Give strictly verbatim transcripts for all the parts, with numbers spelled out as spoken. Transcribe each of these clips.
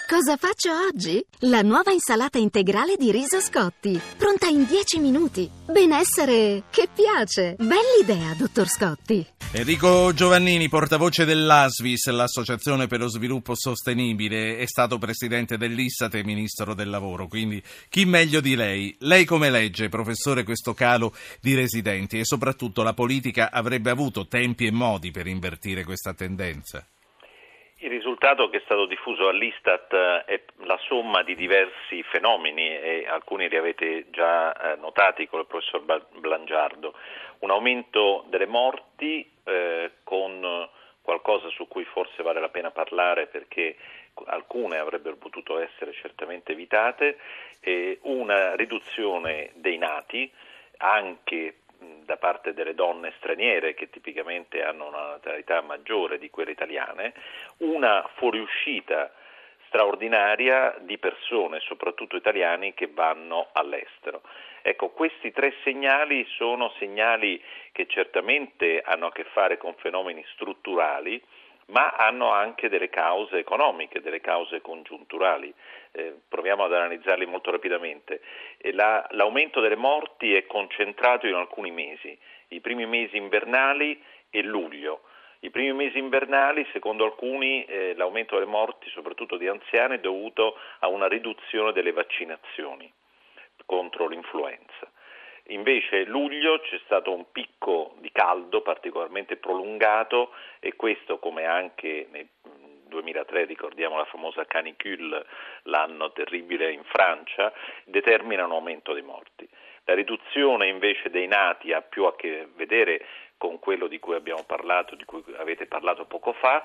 Cosa faccio oggi? La nuova insalata integrale di riso Scotti, pronta in dieci minuti. Benessere che piace. Bell'idea, dottor Scotti. Enrico Giovannini, portavoce dell'A S V I S, l'Associazione per lo Sviluppo Sostenibile, è stato presidente dell'Issat e ministro del lavoro, quindi chi meglio di lei? Lei come legge, professore, questo calo di residenti e soprattutto la politica avrebbe avuto tempi e modi per invertire questa tendenza? Il risultato che è stato diffuso all'Istat è la somma di diversi fenomeni e alcuni li avete già notati con il professor Blangiardo. Un aumento delle morti eh, con qualcosa su cui forse vale la pena parlare perché alcune avrebbero potuto essere certamente evitate, e una riduzione dei nati anche da parte delle donne straniere che tipicamente hanno una natalità maggiore di quelle italiane, una fuoriuscita straordinaria di persone, soprattutto italiani, che vanno all'estero. Ecco, questi tre segnali sono segnali che certamente hanno a che fare con fenomeni strutturali, ma hanno anche delle cause economiche, delle cause congiunturali. Eh, proviamo ad analizzarli molto rapidamente. E la, l'aumento delle morti è concentrato in alcuni mesi, i primi mesi invernali e luglio. I primi mesi invernali, secondo alcuni, eh, l'aumento delle morti, soprattutto di anziani, è dovuto a una riduzione delle vaccinazioni contro l'influenza. Invece luglio c'è stato un picco di caldo particolarmente prolungato e questo, come anche nel duemilatré, ricordiamo la famosa canicule, l'anno terribile in Francia, determina un aumento dei morti. La riduzione invece dei nati ha più a che vedere con quello di cui abbiamo parlato, di cui avete parlato poco fa.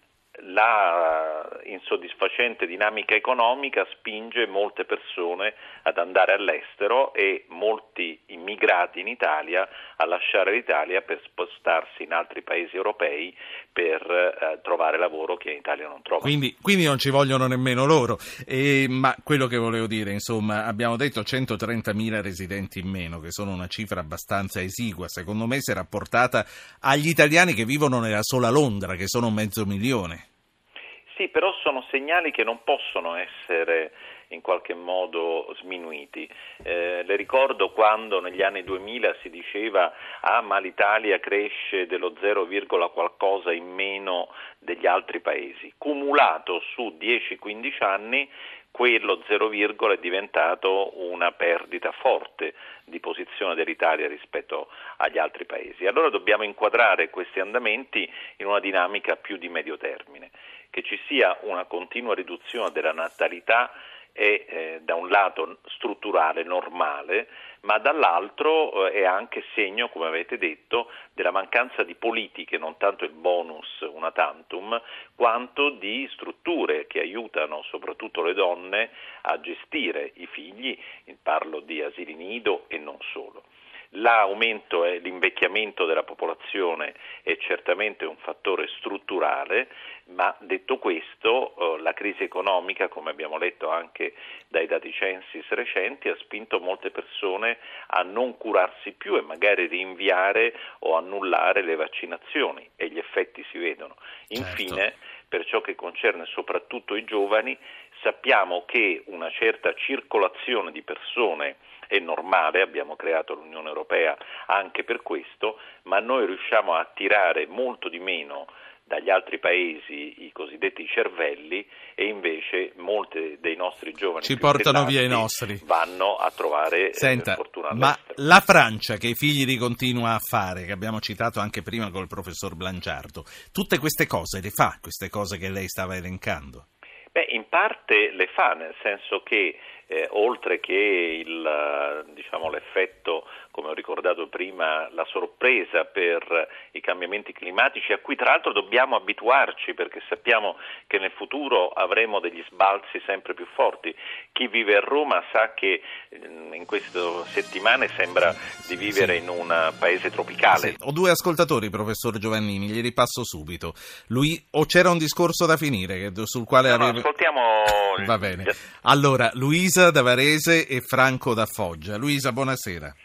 La insoddisfacente dinamica economica spinge molte persone ad andare all'estero e molti immigrati in Italia a lasciare l'Italia per spostarsi in altri paesi europei per eh, trovare lavoro che in Italia non trovano. Quindi, quindi non ci vogliono nemmeno loro. E, ma quello che volevo dire, insomma, abbiamo detto centotrentamila residenti in meno, che sono una cifra abbastanza esigua, secondo me, se rapportata agli italiani che vivono nella sola Londra, che sono mezzo milione. Sì, però sono segnali che non possono essere in qualche modo sminuiti. Eh, le ricordo quando negli anni duemila si diceva ah ma l'Italia cresce dello zero, qualcosa in meno degli altri paesi. Cumulato su dieci quindici anni quello zero, è diventato una perdita forte di posizione dell'Italia rispetto agli altri paesi. Allora dobbiamo inquadrare questi andamenti in una dinamica più di medio termine. Che ci sia una continua riduzione della natalità è eh, da un lato strutturale, normale, ma dall'altro eh, è anche segno, come avete detto, della mancanza di politiche, non tanto il bonus una tantum, quanto di strutture che aiutano soprattutto le donne a gestire i figli, parlo di asili nido e non solo. L'aumento e l'invecchiamento della popolazione è certamente un fattore strutturale, ma detto questo, eh, la crisi economica, come abbiamo letto anche dai dati Censis recenti, ha spinto molte persone a non curarsi più e magari rinviare o annullare le vaccinazioni e gli effetti si vedono. Infine, certo. Per ciò che concerne soprattutto i giovani, sappiamo che una certa circolazione di persone è normale, abbiamo creato l'Unione Europea anche per questo, ma noi riusciamo a attirare molto di meno dagli altri paesi i cosiddetti cervelli e invece molti dei nostri giovani ci portano via i nostri vanno a trovare Senta, eh, fortuna ma all'estero. La Francia, che i figli li continua a fare, che abbiamo citato anche prima col professor Blangiardo, tutte queste cose le fa, queste cose che lei stava elencando? Beh, in parte le fa, nel senso che eh, oltre che il diciamo l'effetto, come ho ricordato prima, la sorpresa per i cambiamenti climatici, a cui tra l'altro dobbiamo abituarci perché sappiamo che nel futuro avremo degli sbalzi sempre più forti. Chi vive a Roma sa che in queste settimane sembra di vivere sì. in un paese tropicale. Sì. Ho due ascoltatori, professor Giovannini, glieli ripasso subito. Lui, o c'era un discorso da finire sul quale no, aveva... no, ascoltiamo... Va bene. Allora, Luisa da Varese e Franco da Foggia. Luisa, buonasera. Sì,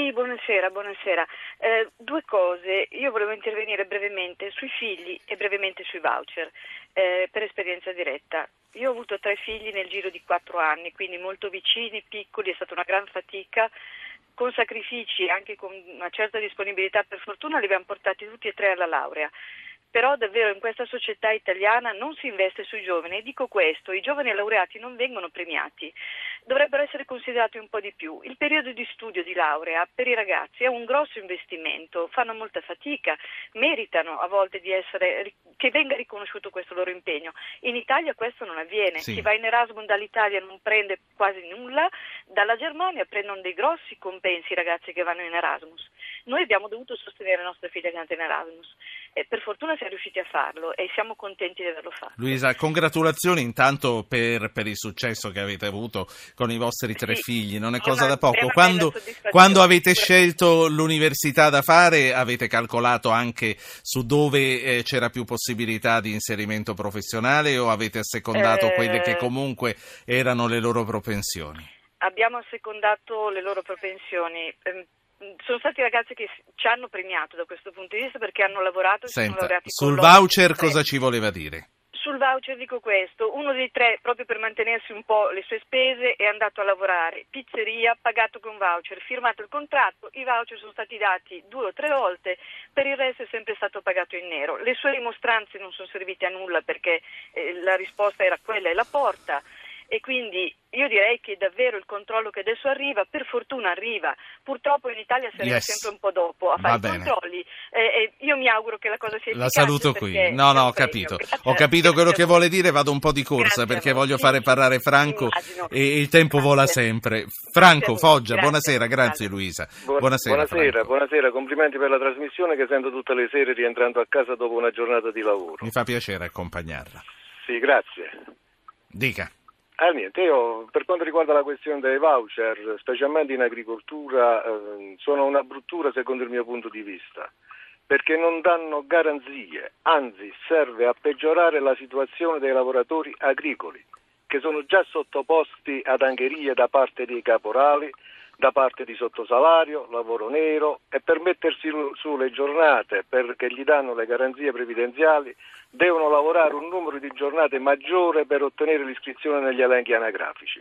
Sì, buonasera, buonasera. Eh, due cose. Io volevo intervenire brevemente sui figli e brevemente sui voucher, eh, per esperienza diretta. Io ho avuto tre figli nel giro di quattro anni, quindi molto vicini, piccoli, è stata una gran fatica, con sacrifici, anche con una certa disponibilità. Per fortuna li abbiamo portati tutti e tre alla laurea. Però davvero in questa società italiana non si investe sui giovani, e dico questo, i giovani laureati non vengono premiati, dovrebbero essere considerati un po' di più. Il periodo di studio di laurea per i ragazzi è un grosso investimento, fanno molta fatica, meritano a volte di essere, che venga riconosciuto questo loro impegno. In Italia questo non avviene, sì. Chi va in Erasmus dall'Italia non prende quasi nulla, dalla Germania prendono dei grossi compensi i ragazzi che vanno in Erasmus. Noi abbiamo dovuto sostenere le nostre figlie che andano in Erasmus e per fortuna siamo riusciti a farlo e siamo contenti di averlo fatto. Luisa, congratulazioni intanto per, per il successo che avete avuto con i vostri tre sì, figli, non è è cosa una, da poco. una Quando, quando avete scelto sì. l'università da fare, avete calcolato anche su dove eh, c'era più possibilità di inserimento professionale o avete assecondato eh... quelle che comunque erano le loro propensioni? Abbiamo assecondato le loro propensioni. Sono stati ragazzi che ci hanno premiato da questo punto di vista perché hanno lavorato e si sono laureati con sul loro. voucher cosa ci voleva dire? Sul voucher dico questo, uno dei tre, proprio per mantenersi un po' le sue spese, è andato a lavorare, pizzeria, pagato con voucher, firmato il contratto, i voucher sono stati dati due o tre volte, per il resto è sempre stato pagato in nero. Le sue rimostranze non sono servite a nulla perché eh, la risposta era quella e la porta. E quindi io direi che davvero il controllo che adesso arriva, per fortuna arriva, purtroppo in Italia saremo yes. sempre un po' dopo a fare i controlli, eh, e io mi auguro che la cosa sia la efficace. saluto qui, no no ho capito, ho capito quello che vuole dire, vado un po' di corsa perché voglio fare parlare Franco e il tempo grazie. vola sempre. Franco Foggia, grazie. Buonasera, grazie Luisa. Buon, buonasera, buonasera, buonasera, complimenti per la trasmissione che sento tutte le sere rientrando a casa dopo una giornata di lavoro. Mi fa piacere accompagnarla. Sì, grazie. Dica. Ah, niente, io per quanto riguarda la questione dei voucher, specialmente in agricoltura, eh, sono una bruttura secondo il mio punto di vista, perché non danno garanzie, anzi serve a peggiorare la situazione dei lavoratori agricoli, che sono già sottoposti ad angherie da parte dei caporali, da parte di sottosalario, lavoro nero, e per mettersi su le giornate perché gli danno le garanzie previdenziali devono lavorare un numero di giornate maggiore per ottenere l'iscrizione negli elenchi anagrafici.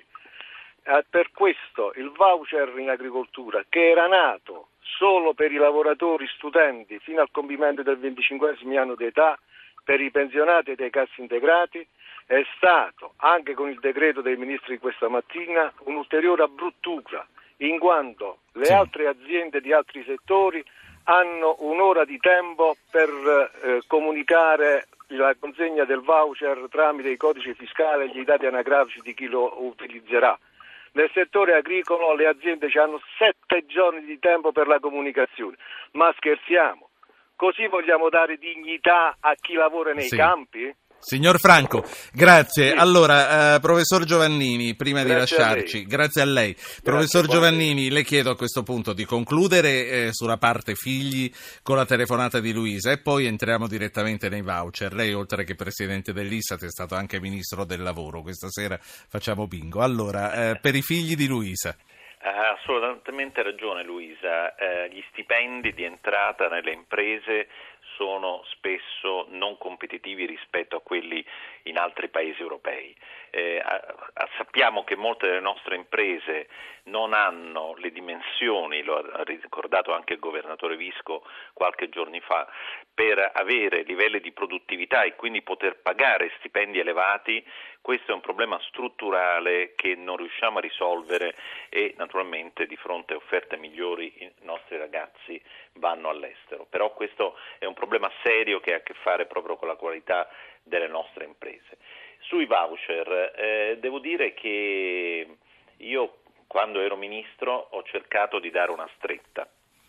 Eh, per questo il voucher in agricoltura, che era nato solo per i lavoratori studenti fino al compimento del venticinquesimo anno di età, per i pensionati e dei cassi integrati, è stato, anche con il decreto dei ministri di questa mattina, un'ulteriore abbruttura, in quanto le sì. altre aziende di altri settori hanno un'ora di tempo per eh, comunicare la consegna del voucher tramite i codici fiscali e gli dati anagrafici di chi lo utilizzerà. Nel settore agricolo le aziende hanno sette giorni di tempo per la comunicazione. Ma scherziamo? Così vogliamo dare dignità a chi lavora nei sì. campi? Signor Franco, grazie. Sì. Allora, eh, professor Giovannini, prima grazie di lasciarci, a grazie a lei. Grazie, professor Giovannini, le chiedo a questo punto di concludere eh, sulla parte figli con la telefonata di Luisa e poi entriamo direttamente nei voucher. Lei, oltre che presidente dell'Istat, è stato anche ministro del lavoro. Questa sera facciamo bingo. Allora, eh, per i figli di Luisa. Ha assolutamente ragione Luisa, eh, gli stipendi di entrata nelle imprese sono spesso non competitivi rispetto a quelli in altri paesi europei. Eh, a, a, sappiamo che molte delle nostre imprese non hanno le dimensioni, lo ha ricordato anche il governatore Visco qualche giorno fa, per avere livelli di produttività e quindi poter pagare stipendi elevati. Questo è un problema strutturale che non riusciamo a risolvere e naturalmente di fronte a offerte migliori i nostri ragazzi vanno all'estero. Però questo è un problema serio che ha a che fare proprio con la qualità delle nostre imprese. Sui voucher, eh, devo dire che io quando ero ministro ho cercato di dare una stretta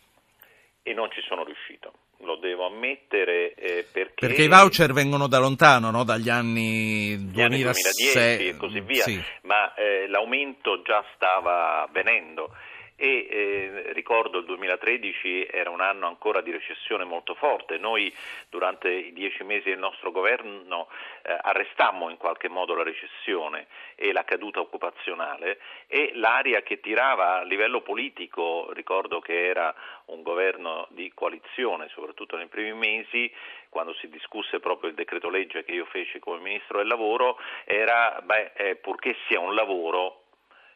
e non ci sono riuscito. Lo devo ammettere eh, perché... Perché i voucher vengono da lontano, no? Dagli anni duemilasei duemiladieci e così via, sì. ma eh, l'aumento già stava avvenendo e eh, ricordo il duemilatredici era un anno ancora di recessione molto forte. Noi durante i dieci mesi del nostro governo eh, arrestammo in qualche modo la recessione e la caduta occupazionale, e l'aria che tirava a livello politico, ricordo che era un governo di coalizione soprattutto nei primi mesi, quando si discusse proprio il decreto legge che io feci come Ministro del Lavoro, era beh, eh, purché sia un lavoro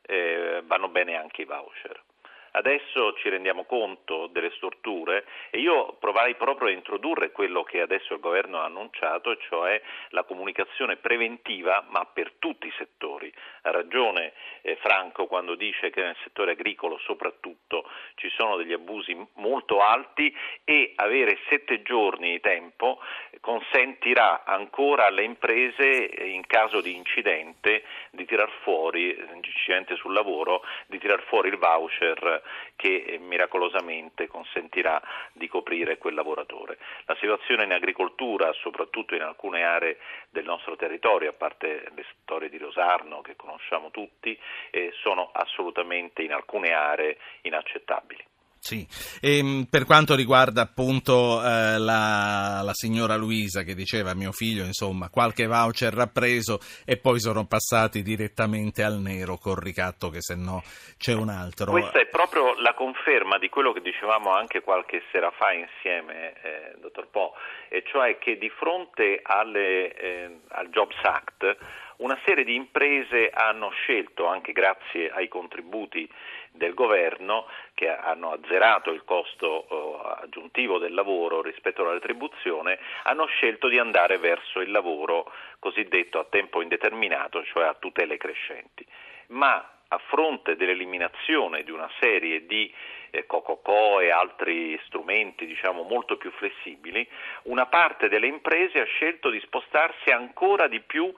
eh, vanno bene anche i voucher. Adesso ci rendiamo conto delle storture e io provai proprio a introdurre quello che adesso il governo ha annunciato, cioè la comunicazione preventiva, ma per tutti i settori. Ha ragione eh, Franco quando dice che nel settore agricolo soprattutto ci sono degli abusi molto alti, e avere sette giorni di tempo consentirà ancora alle imprese in caso di incidente di tirar fuori, incidente sul lavoro, di tirar fuori il voucher che miracolosamente consentirà di coprire quel lavoratore. La situazione in agricoltura, soprattutto in alcune aree del nostro territorio, a parte le storie di Rosarno che conosciamo tutti, eh, sono assolutamente in alcune aree inaccettabili. Sì, e per quanto riguarda appunto eh, la, la signora Luisa che diceva mio figlio insomma qualche voucher ha preso e poi sono passati direttamente al nero col ricatto che se no c'è un altro. Questa è proprio la conferma di quello che dicevamo anche qualche sera fa insieme, eh, dottor Po, e cioè che di fronte alle, eh, al Jobs Act una serie di imprese hanno scelto, anche grazie ai contributi del governo che hanno azzerato il costo uh, aggiuntivo del lavoro rispetto alla retribuzione, hanno scelto di andare verso il lavoro cosiddetto a tempo indeterminato, cioè a tutele crescenti. Ma a fronte dell'eliminazione di una serie di eh, co-co-co e altri strumenti diciamo molto più flessibili, una parte delle imprese ha scelto di spostarsi ancora di più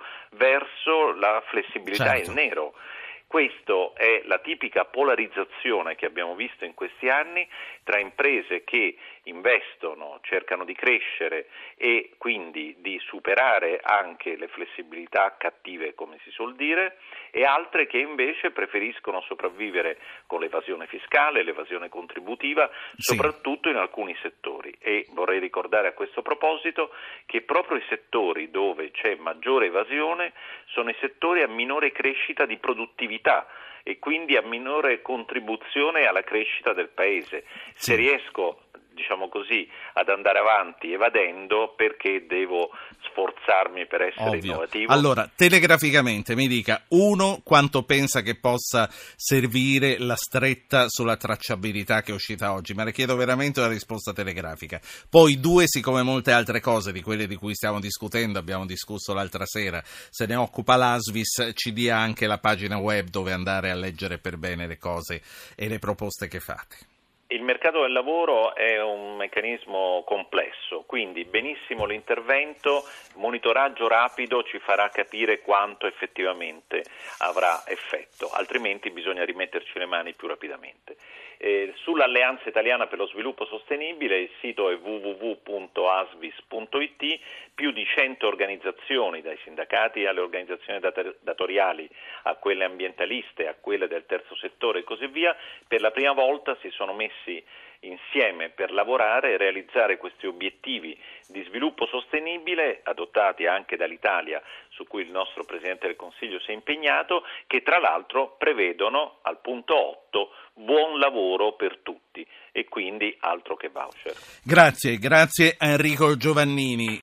verso la flessibilità certo. in nero. Questa è la tipica polarizzazione che abbiamo visto in questi anni tra imprese che investono, cercano di crescere e quindi di superare anche le flessibilità cattive, come si suol dire, e altre che invece preferiscono sopravvivere con l'evasione fiscale, l'evasione contributiva, sì. soprattutto in alcuni settori. E vorrei ricordare a questo proposito che proprio i settori dove c'è maggiore evasione sono i settori a minore crescita di produttività e quindi a minore contribuzione alla crescita del paese. Sì. Se riesco, diciamo così, ad andare avanti evadendo, perché devo sforzarmi per essere Ovvio. innovativo? Allora, telegraficamente mi dica, uno, quanto pensa che possa servire la stretta sulla tracciabilità che è uscita oggi? Ma le chiedo veramente una risposta telegrafica. Poi due, siccome molte altre cose di quelle di cui stiamo discutendo, abbiamo discusso l'altra sera, se ne occupa l'Asvis, ci dia anche la pagina web dove andare a leggere per bene le cose e le proposte che fate. Il mercato del lavoro è un meccanismo complesso, quindi benissimo l'intervento, monitoraggio rapido ci farà capire quanto effettivamente avrà effetto, altrimenti bisogna rimetterci le mani più rapidamente. Eh, sull'Alleanza Italiana per lo Sviluppo Sostenibile il sito è w w w punto asvis punto i t, più di cento organizzazioni, dai sindacati alle organizzazioni dat- datoriali a quelle ambientaliste, a quelle del terzo settore e così via, per la prima volta si sono messi insieme per lavorare e realizzare questi obiettivi di sviluppo sostenibile adottati anche dall'Italia, su cui il nostro Presidente del Consiglio si è impegnato, che tra l'altro prevedono al punto otto buon lavoro per tutti e quindi altro che voucher. Grazie, grazie a Enrico Giovannini.